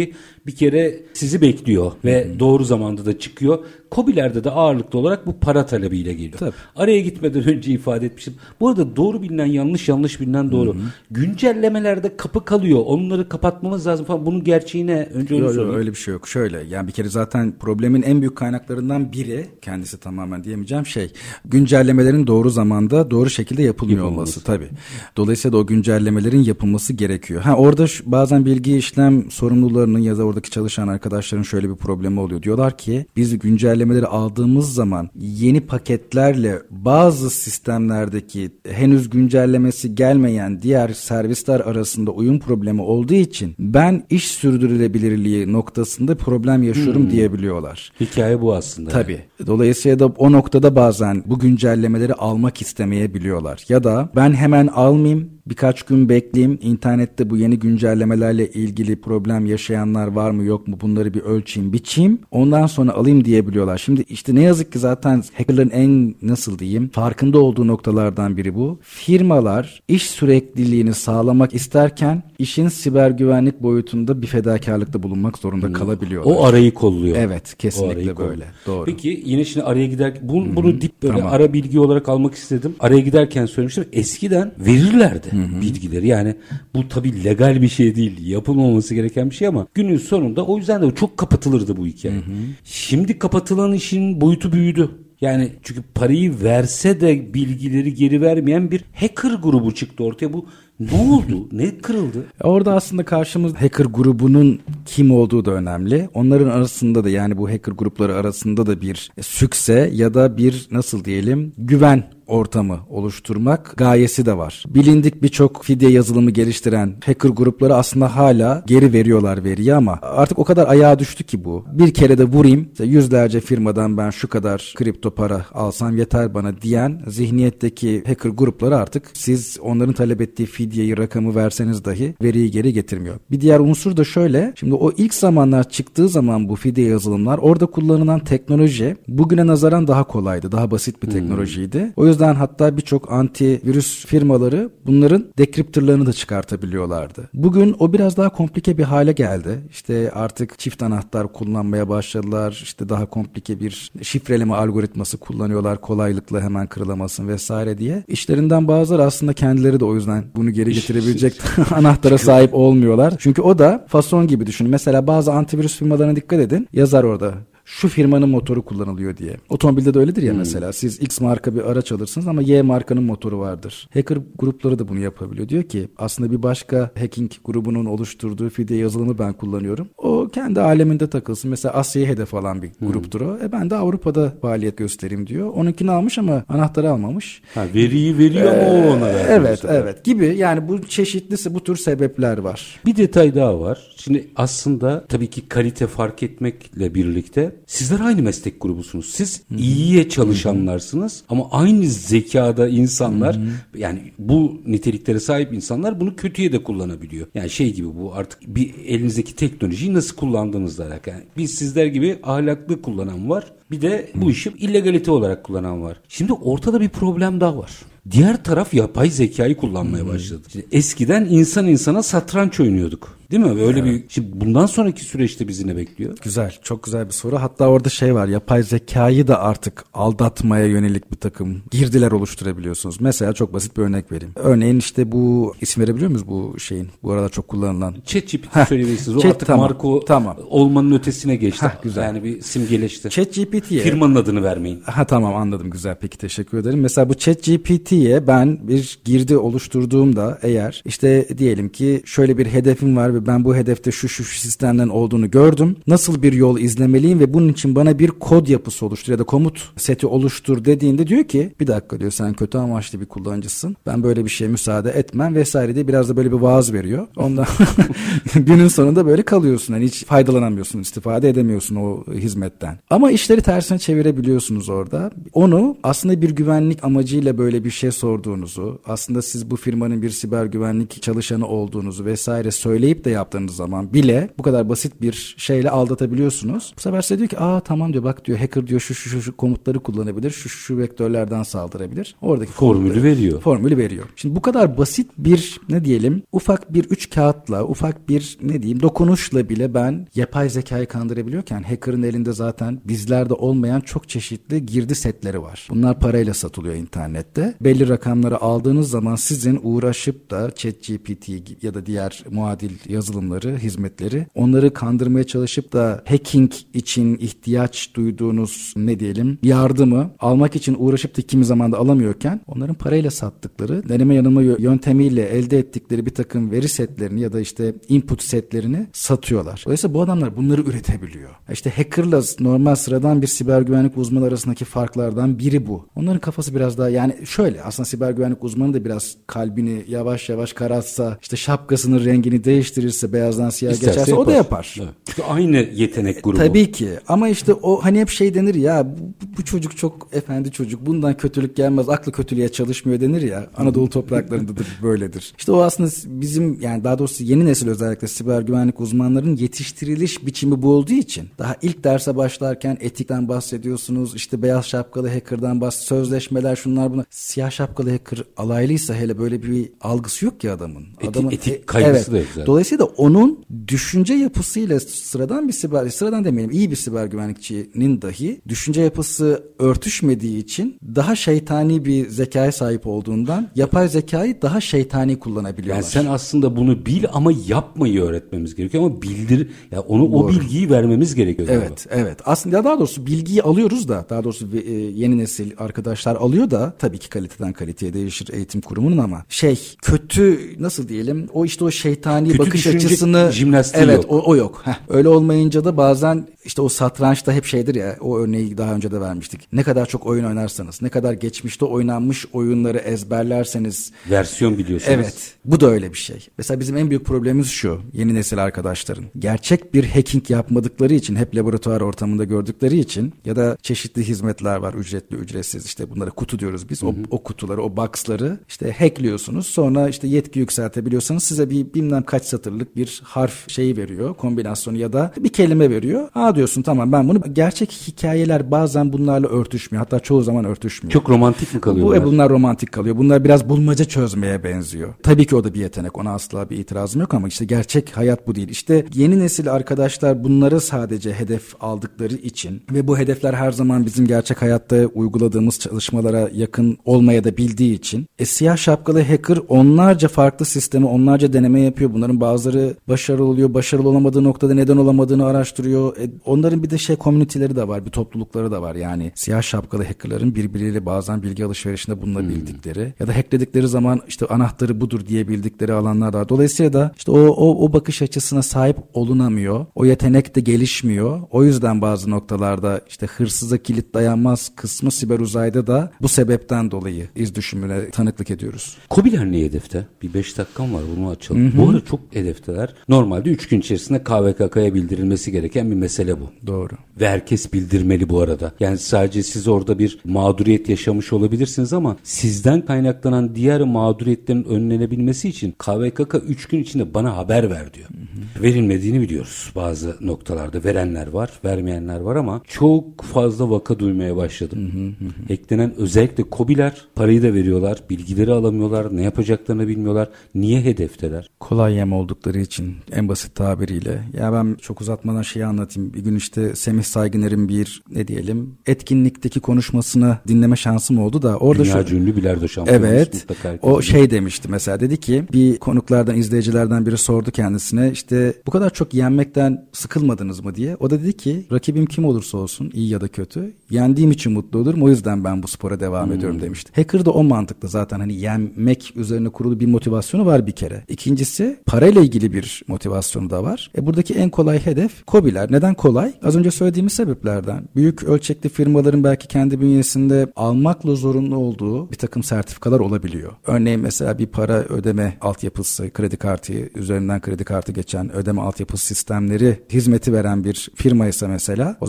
bir kere sizi bekliyor ve hmm. doğru zamanda da çıkıyor. KOBİ'lerde de ağırlıklı olarak bu para talebiyle geliyor. Tabii. Araya gitmeden önce ifade etmiştim. Bu arada doğru bilinen yanlış, yanlış bilinen doğru. Hı-hı. Güncellemelerde kapı kalıyor. Onları kapatmamız lazım falan. Bunun gerçeğine önce onu söyleyeyim. Öyle bir şey yok. Şöyle, yani bir kere zaten problemin en büyük kaynaklarından biri, kendisi tamamen diyemeyeceğim şey, güncellemelerin doğru zamanda doğru şekilde yapılmıyor Yapılması. olması tabii. Dolayısıyla da o güncellemelerin yapılması gerekiyor. Ha orada şu, bazen bilgi işlem sorumlularının ya da oradaki çalışan arkadaşların şöyle bir problemi oluyor. Diyorlar ki biz güncelleme aldığımız zaman yeni paketlerle bazı sistemlerdeki henüz güncellemesi gelmeyen diğer servisler arasında uyum problemi olduğu için ben iş sürdürülebilirliği noktasında problem yaşıyorum hmm. diyebiliyorlar. Hikaye bu aslında. Tabii. Yani. Dolayısıyla da o noktada bazen bu güncellemeleri almak istemeyebiliyorlar. Ya da ben hemen almayayım, birkaç gün bekleyeyim, internette bu yeni güncellemelerle ilgili problem yaşayanlar var mı yok mu bunları bir ölçeyim, biçeyim, ondan sonra alayım diyebiliyorlar. Şimdi işte ne yazık ki zaten hackerların en nasıl diyeyim farkında olduğu noktalardan biri bu. Firmalar iş sürekliliğini sağlamak isterken işin siber güvenlik boyutunda bir fedakarlıkta bulunmak zorunda hmm. kalabiliyorlar. O arayı kolluyor. Evet, kesinlikle böyle. Doğru. Peki yine şimdi araya giderken bunu, hmm. bunu dip böyle tamam. ara bilgi olarak almak istedim. Araya giderken söylemiştim. Eskiden verirlerdi hmm. bilgileri. Yani bu tabii legal bir şey değil. Yapılmaması gereken bir şey ama günün sonunda o yüzden de çok kapatılırdı bu hikaye. Hmm. Şimdi kapatılan işin boyutu büyüdü. Yani çünkü parayı verse de bilgileri geri vermeyen bir hacker grubu çıktı ortaya. Bu ne oldu? Ne kırıldı? Orada aslında karşımızda hacker grubunun kim olduğu da önemli. Onların arasında da, yani bu hacker grupları arasında da bir sükse ya da bir nasıl diyelim güven ortamı oluşturmak gayesi de var. Bilindik birçok fidye yazılımı geliştiren hacker grupları aslında hala geri veriyorlar veriyi ama artık o kadar ayağa düştü ki bu. Bir kere de vurayım, yüzlerce firmadan ben şu kadar kripto para alsam yeter bana diyen zihniyetteki hacker grupları artık siz onların talep ettiği fidyeyi, rakamı verseniz dahi veriyi geri getirmiyor. Bir diğer unsur da şöyle. Şimdi o ilk zamanlar çıktığı zaman bu fidye yazılımlar, orada kullanılan teknoloji bugüne nazaran daha kolaydı. Daha basit bir teknolojiydi. Hmm. O yüzden hatta birçok antivirüs firmaları bunların dekriptörlerini de çıkartabiliyorlardı. Bugün o biraz daha komplike bir hale geldi. İşte artık çift anahtar kullanmaya başladılar. İşte daha komplike bir şifreleme algoritması kullanıyorlar. Kolaylıkla hemen kırılamasın vesaire diye. İşlerinden bazıları aslında kendileri de o yüzden bunu geri getirebilecek anahtara sahip olmuyorlar. Çünkü o da fason gibi düşünün. Mesela bazı antivirüs firmalarına dikkat edin. Yazar orada. Şu firmanın motoru kullanılıyor diye. Otomobilde de öyledir ya hmm. mesela. Siz X marka bir araç alırsınız ama Y markanın motoru vardır. Hacker grupları da bunu yapabiliyor. Diyor ki aslında bir başka hacking grubunun oluşturduğu fidye yazılımı ben kullanıyorum. O kendi aleminde takılsın. Mesela Asya'yı hedef alan bir hmm. gruptur o. E ben de Avrupa'da faaliyet göstereyim diyor. Onunkini almış ama anahtarı almamış. Ha, veriyi veriyor ee, ama o ona vermiyor. Evet evet gibi. Yani bu çeşitlisi bu tür sebepler var. Bir detay daha var. Şimdi aslında tabii ki kalite fark etmekle birlikte sizler aynı meslek grubusunuz. Siz Hı-hı. iyiye çalışanlarsınız Hı-hı. ama aynı zekada insanlar Hı-hı. yani bu niteliklere sahip insanlar bunu kötüye de kullanabiliyor. Yani şey gibi bu artık bir elinizdeki teknolojiyi nasıl kullandığınızla alakalı. Yani biz sizler gibi ahlaklı kullanan var. Bir de bu işi illegalite olarak kullanan var. Şimdi ortada bir problem daha var. Diğer taraf yapay zekayı kullanmaya başladı. Şimdi eskiden insan insana satranç oynuyorduk. Değil mi? Böyle evet. bir. Şimdi bundan sonraki süreçte bizi ne bekliyor? Güzel. Çok güzel bir soru. Hatta orada şey var. Yapay zekayı da artık aldatmaya yönelik bir takım girdiler oluşturabiliyorsunuz. Mesela çok basit bir örnek vereyim. Örneğin işte bu isim verebiliyor muyuz bu şeyin? Bu arada çok kullanılan. ChatGPT söyleyebilirsiniz. O artık tamam, marka tamam. olmanın ötesine geçti. Heh, güzel. Yani bir simgeleşti. ChatGPT'ye. Firmanın adını vermeyin. Ha tamam anladım. Güzel. Peki teşekkür ederim. Mesela bu ChatGPT'ye ben bir girdi oluşturduğumda eğer işte diyelim ki şöyle bir hedefim var ve ben bu hedefte şu şu şu sistemden olduğunu gördüm. Nasıl bir yol izlemeliyim ve bunun için bana bir kod yapısı oluştur ya da komut seti oluştur dediğinde diyor ki bir dakika diyor sen kötü amaçlı bir kullanıcısın. Ben böyle bir şeye müsaade etmem vesaire diye biraz da böyle bir vaaz veriyor. Ondan günün sonunda böyle kalıyorsun. Yani hiç faydalanamıyorsun, istifade edemiyorsun o hizmetten. Ama işleri tersine çevirebiliyorsunuz orada. Onu aslında bir güvenlik amacıyla böyle bir şey sorduğunuzu, aslında siz bu firmanın bir siber güvenlik çalışanı olduğunuzu vesaire söyleyip de yaptığınız zaman bile bu kadar basit bir şeyle aldatabiliyorsunuz. Bu sefer size diyor ki aa tamam diyor, bak diyor hacker diyor şu şu şu, şu komutları kullanabilir, şu şu, şu vektörlerden saldırabilir. Oradaki formülü veriyor. Formülü veriyor. Şimdi bu kadar basit bir ne diyelim ufak bir üç kağıtla, ufak bir ne diyeyim dokunuşla bile ben yapay zekayı kandırabiliyorken hacker'ın elinde zaten bizlerde olmayan çok çeşitli girdi setleri var. Bunlar parayla satılıyor internette. Belli rakamları aldığınız zaman sizin uğraşıp da ChatGPT ya da diğer muadil yazılımları, hizmetleri onları kandırmaya çalışıp da hacking için ihtiyaç duyduğunuz ne diyelim yardımı almak için uğraşıp da kimi zaman da alamıyorken onların parayla sattıkları, deneme yanılma yöntemiyle elde ettikleri bir takım veri setlerini ya da işte input setlerini satıyorlar. Dolayısıyla bu adamlar bunları üretebiliyor. İşte hackerla normal sıradan bir siber güvenlik uzmanı arasındaki farklardan biri bu. Onların kafası biraz daha yani şöyle aslında siber güvenlik uzmanı da biraz kalbini yavaş yavaş karartsa, işte şapkasının rengini değiştirirse, beyazdan siyah İsterse geçerse yapar. O da yapar. Evet. Çünkü aynı yetenek grubu. Tabii ki ama işte o hani hep şey denir ya bu, bu çocuk çok efendi çocuk, bundan kötülük gelmez, aklı kötülüğe çalışmıyor denir ya. Anadolu topraklarında da böyledir. İşte o aslında bizim yani daha doğrusu yeni nesil özellikle siber güvenlik uzmanlarının yetiştiriliş biçimi bu olduğu için daha ilk derse başlarken etikten bahsediyorsunuz, işte beyaz şapkalı hacker'dan bahsediyorsunuz, sözleşmeler şunlar bunlar. Siyah şapkalı hacker alaylıysa hele böyle bir algısı yok ki adamın. Eti, adamın etik kaygısı evet. da yok zaten. Dolayısıyla onun düşünce yapısıyla sıradan bir siber, sıradan demeyelim iyi bir siber güvenlikçinin dahi düşünce yapısı örtüşmediği için daha şeytani bir zekaya sahip olduğundan yapay zekayı daha şeytani kullanabiliyorlar. Yani sen aslında bunu bil ama yapmayı öğretmemiz gerekiyor ama bildir ya yani onu Doğru. o bilgiyi vermemiz gerekiyor. Evet, galiba. evet. Aslında daha doğrusu bilgiyi alıyoruz da, daha doğrusu yeni nesil arkadaşlar alıyor da tabii ki kaliteden kaliteye değişir eğitim kurumunun ama şey kötü nasıl diyelim o işte o şeytani kötü bakış açısını jimnastiği evet yok. o, o yok. Heh. Öyle olmayınca da bazen işte o satrançta hep şeydir ya, o örneği daha önce de vermiştik. Ne kadar çok oyun oynarsanız, ne kadar geçmişte oynanmış oyunları ezberlerseniz, versiyon biliyorsunuz. Evet. Bu da öyle bir şey. Mesela bizim en büyük problemimiz şu, yeni nesil arkadaşların. Gerçek bir hacking yapmadıkları için, hep laboratuvar ortamında gördükleri için ya da çeşitli hizmetler var, ücretli, ücretsiz, işte bunlara kutu diyoruz biz. Hı hı. O, o kutuları, o box'ları işte hackliyorsunuz. Sonra işte yetki yükseltebiliyorsanız size bir bilmem kaç satırlık bir harf şeyi veriyor, kombinasyonu ya da bir kelime veriyor. Aa diyorsun tamam ben bunu, gerçek hikayeler bazen bunlarla örtüşmüyor. Hatta çoğu zaman örtüşmüyor. Çok romantik mi kalıyor? Bu, bunlar? bunlar romantik kalıyor. Bunlar biraz bulmaca çözmeye benziyor. Tabii ki o da bir yetenek. Ona asla bir itirazım yok ama işte gerçek hayat bu değil. İşte yeni nesil arkadaşlar bunları sadece hedef aldıkları için ve bu hedefler her zaman bizim gerçek hayatta uyguladığımız çalışmalara yakın olmaya da bildiği için e, siyah şapkalı hacker onlarca farklı sistemi, onlarca deneme yapıyor. Bunların bazıları başarılı oluyor. Başarılı olamadığı noktada neden olamadığını araştırıyor. E, onların bir de şey komüniteleri de var. Bir toplulukları da var. Yani siyah şapkalı hackerların birbirleriyle bazen bilgi alışverişinde bulunabildikleri hmm. ya da hackledikleri zaman işte anahtarı budur diyebildikleri alanlar var. Dolayısıyla da işte o, o, o bakış açısına sahip olunamıyor. O yetenek de gelişmiyor. O yüzden bazı noktalarda işte hırsıza kilit dayanmaz kısmı siber uzayda da bu sebepten dolayı iz düşümüne tanıklık ediyoruz. KOBİ'ler ne hedefte? Bir beş dakikam var, bunu açalım. Hı hı. Bu arada çok hedefteler. Normalde üç gün içerisinde K V K K'ya bildirilmesi gereken bir mesele bu. Doğru. Ve herkes bildirmeli bu arada. Yani sadece siz orada bir mağduriyet yaşamış olabilirsiniz ama sizden kaynaklanan diğer mağduriyetlerin önlenebilmesi için K V K K üç gün içinde bana haber ver diyor. Hı hı. Verilmediğini biliyoruz. Bazı noktalarda verenler var, vermeyenler var ama çok fazla vaka duymaya başladım. Hı hı hı. Eklenen özellikle KOBİ'ler parayı da veriyorlar, bilgileri alamıyorlar, ne yapacaklarını bilmiyorlar. Niye hedefteler? Kolay yem oldukları için, en basit tabiriyle. Ya ben çok uzatmadan şeyi anlatayım. Bir gün işte Semih Saygıner'in bir ne diyelim etkinlikteki konuşmasını dinleme şansım oldu da orada Dünya şu ünlü bilardo şampiyonu. Evet. O şey demişti mesela, dedi ki bir konuklardan, izleyicilerden biri sordu kendisine, işte bu kadar çok yenmekten sıkılmadınız mı diye. O da dedi ki rakibim kim olursa olsun, iyi ya da kötü, yendiğim için mutlu olurum, o yüzden ben bu spora devam hmm. ediyorum demişti. Hacker da o mantıkla zaten, hani yenmek üzerine kurulu bir motivasyonu var bir kere. İkincisi parayla ilgili bir motivasyonu da var. E buradaki en kolay hedef KOBİ'ler. Neden kolay? Az önce söylediğimiz sebeplerden. Büyük ölçekli firmaların belki kendi bünyesinde almakla zorunlu olduğu bir takım sertifikalar olabiliyor. Örneğin mesela bir para ödeme altyapısı, kredi kartı üzerinden kredi kartı geçen ödeme altyapısı sistemleri hizmeti veren bir firma ise mesela, o zaman P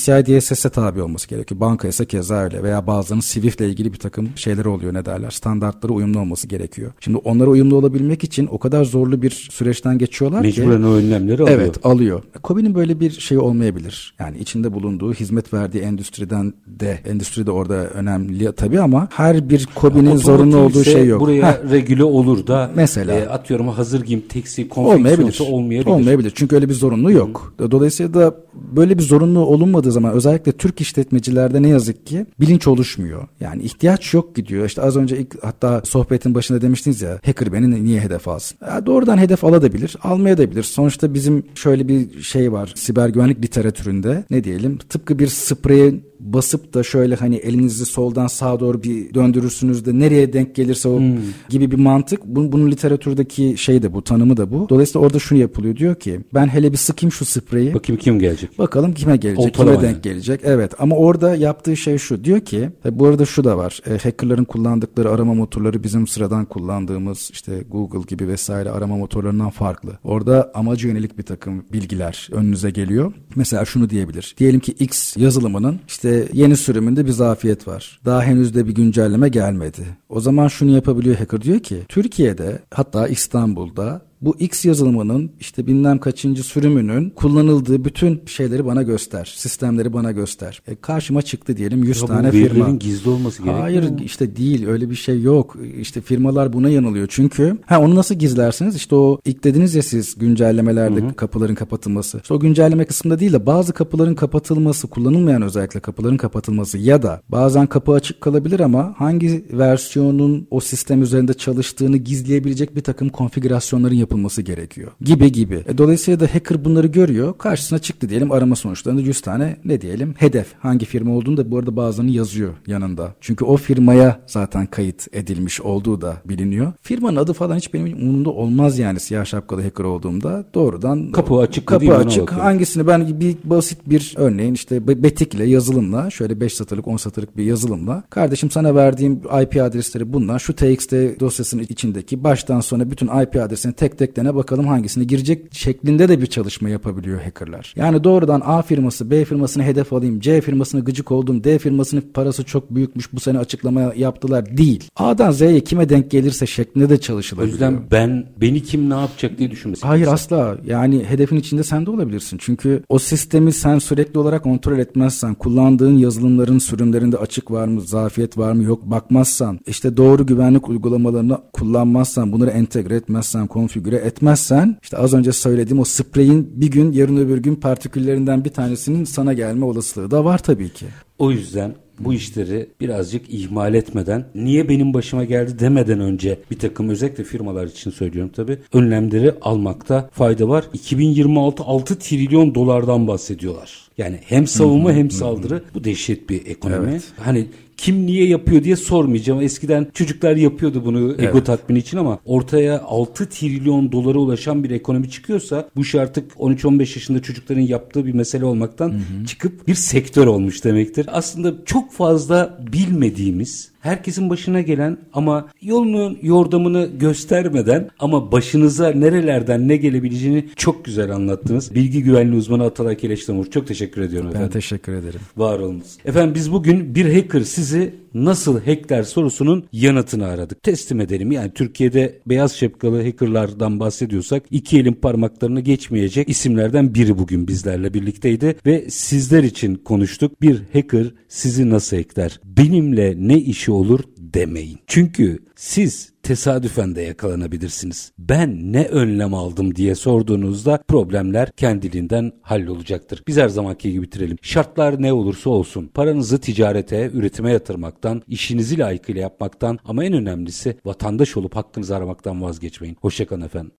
P C I D S S'e tabi olması gerekiyor. Banka ise keza öyle veya bazılarının Swift'le ilgili bir takım şeyleri oluyor, ne derler, standartlara uyumlu olması gerekiyor. Şimdi onlara uyumlu olabilmek için o kadar zorlu bir süreçten geçiyorlar Mecburen ki. Mecburen o önlemleri alıyor. Evet, alıyor. KOBİ'nin böyle bir şey olmayabilir. Yani içinde bulunduğu, hizmet verdiği endüstriden de, endüstri de orada önemli tabii ama her bir KOBİ'nin zorunlu olduğu şey yok. Buraya Heh. regüle olur da mesela e, atıyorum hazır giyim, tekstil, konfeksiyonsu olmayabilir. Olmayabilir. Çünkü öyle bir zorunlu yok. Hı. Dolayısıyla da böyle bir zorunlu olunmadığı zaman özellikle Türk işletmecilerde ne yazık ki bilinç oluşmuyor. Yani ihtiyaç yok gidiyor. İşte az önce ilk, hatta sohbetin başında demiştiniz ya, hacker beni niye hedef alsın? Ya doğrudan hedef alabilir, almayabilir. Sonuçta bizim şöyle bir şey var siber güvenlik literatüründe, ne diyelim, tıpkı bir spreyi basıp da şöyle hani elinizi soldan sağa doğru bir döndürürsünüz de nereye denk gelirse o hmm. gibi bir mantık. Bunun, bunun literatürdeki şey de bu, tanımı da bu. Dolayısıyla orada şunu yapılıyor, diyor ki ben hele bir sıkayım şu spreyi. Bakayım kim gelecek. Bakalım kime gelecek, Oltalama kime yani. denk gelecek. Evet, ama orada yaptığı şey şu, diyor ki bu arada şu da var. E, hackerların kullandıkları arama motorları bizim sıradan kullandığımız işte Google gibi vesaire arama motorlarından farklı. Orada amaca yönelik bir takım bilgiler önünüze geliyor. Mesela şunu diyebilir. Diyelim ki X yazılımının işte yeni sürümünde bir zafiyet var. Daha henüz de bir güncelleme gelmedi. O zaman şunu yapabiliyor hacker, diyor ki Türkiye'de, hatta İstanbul'da bu X yazılımının işte bilmem kaçıncı sürümünün kullanıldığı bütün şeyleri bana göster. Sistemleri bana göster. E karşıma çıktı diyelim yüz ya tane firma. Bu verilerin gizli olması gerekiyor. Hayır işte değil, öyle bir şey yok. İşte firmalar buna yanılıyor. Çünkü ha onu nasıl gizlersiniz? İşte o ilk dediniz ya siz, güncellemelerde hı hı. kapıların kapatılması. İşte o güncelleme kısmında değil de bazı kapıların kapatılması, kullanılmayan özellikle kapıların kapatılması ya da bazen kapı açık kalabilir ama hangi versiyonun o sistem üzerinde çalıştığını gizleyebilecek bir takım konfigürasyonların yapılması gerekiyor. Gibi gibi. E, dolayısıyla da hacker bunları görüyor. Karşısına çıktı diyelim arama sonuçlarında yüz tane ne diyelim hedef. Hangi firma olduğunu da bu arada bazılarını yazıyor yanında. Çünkü o firmaya zaten kayıt edilmiş olduğu da biliniyor. Firmanın adı falan hiç benim umurumda olmaz yani siyah şapkalı hacker olduğumda. Doğrudan kapı açık. Kapı açık. Hangisini ben bir basit bir örneğin işte betikle, yazılımla, şöyle beş satırlık on satırlık bir yazılımla kardeşim sana verdiğim I P adresleri bunlar. Şu T X T dosyasının içindeki baştan sona bütün I P adresini tek tek dene bakalım hangisine girecek şeklinde de bir çalışma yapabiliyor hackerlar. Yani doğrudan A firması B firmasını hedef alayım, C firmasını gıcık oldum, D firmasının parası çok büyükmüş bu sene açıklama yaptılar değil. A'dan Z'ye kime denk gelirse şeklinde de çalışılabiliyor. O yüzden ben beni kim ne yapacak diye düşünmesin. Hayır asla. Yani hedefin içinde sen de olabilirsin. Çünkü o sistemi sen sürekli olarak kontrol etmezsen, kullandığın yazılımların sürümlerinde açık var mı, zafiyet var mı yok bakmazsan, işte doğru güvenlik uygulamalarını kullanmazsan, bunları entegre etmezsen, konfigüre etmezsen, işte az önce söylediğim o spreyin bir gün yarın öbür gün partiküllerinden bir tanesinin sana gelme olasılığı da var tabii ki. O yüzden bu işleri birazcık ihmal etmeden, niye benim başıma geldi demeden önce bir takım özellikle firmalar için söylüyorum tabii, önlemleri almakta fayda var. iki bin yirmi altı altı trilyon dolardan bahsediyorlar. Yani hem savunma hem saldırı. Bu dehşet bir ekonomi. Evet. Hani kim niye yapıyor diye sormayacağım. Eskiden çocuklar yapıyordu bunu evet. ego tatmini için ama ortaya altı trilyon dolara ulaşan bir ekonomi çıkıyorsa bu şey artık on üç on beş yaşında çocukların yaptığı bir mesele olmaktan hı hı. çıkıp bir sektör olmuş demektir. Aslında çok fazla bilmediğimiz, herkesin başına gelen ama yolunu yordamını göstermeden ama başınıza nerelerden ne gelebileceğini çok güzel anlattınız. Bilgi güvenliği uzmanı Atalay Keleştamur. Çok teşekkür ediyorum efendim. Ben teşekkür ederim. Var olunuz. Efendim biz bugün bir hacker sizi nasıl hackler sorusunun yanıtını aradık. Teslim edelim. Yani Türkiye'de beyaz şapkalı hackerlardan bahsediyorsak iki elin parmaklarını geçmeyecek isimlerden biri bugün bizlerle birlikteydi ve sizler için konuştuk. Bir hacker sizi nasıl hackler? Benimle ne işi olur demeyin. Çünkü siz tesadüfen de yakalanabilirsiniz. Ben ne önlem aldım diye sorduğunuzda problemler kendiliğinden hallolacaktır. Biz her zamanki gibi bitirelim. Şartlar ne olursa olsun paranızı ticarete, üretime yatırmaktan, işinizi layıkıyla yapmaktan ama en önemlisi vatandaş olup hakkınızı aramaktan vazgeçmeyin. Hoşça kalın efendim.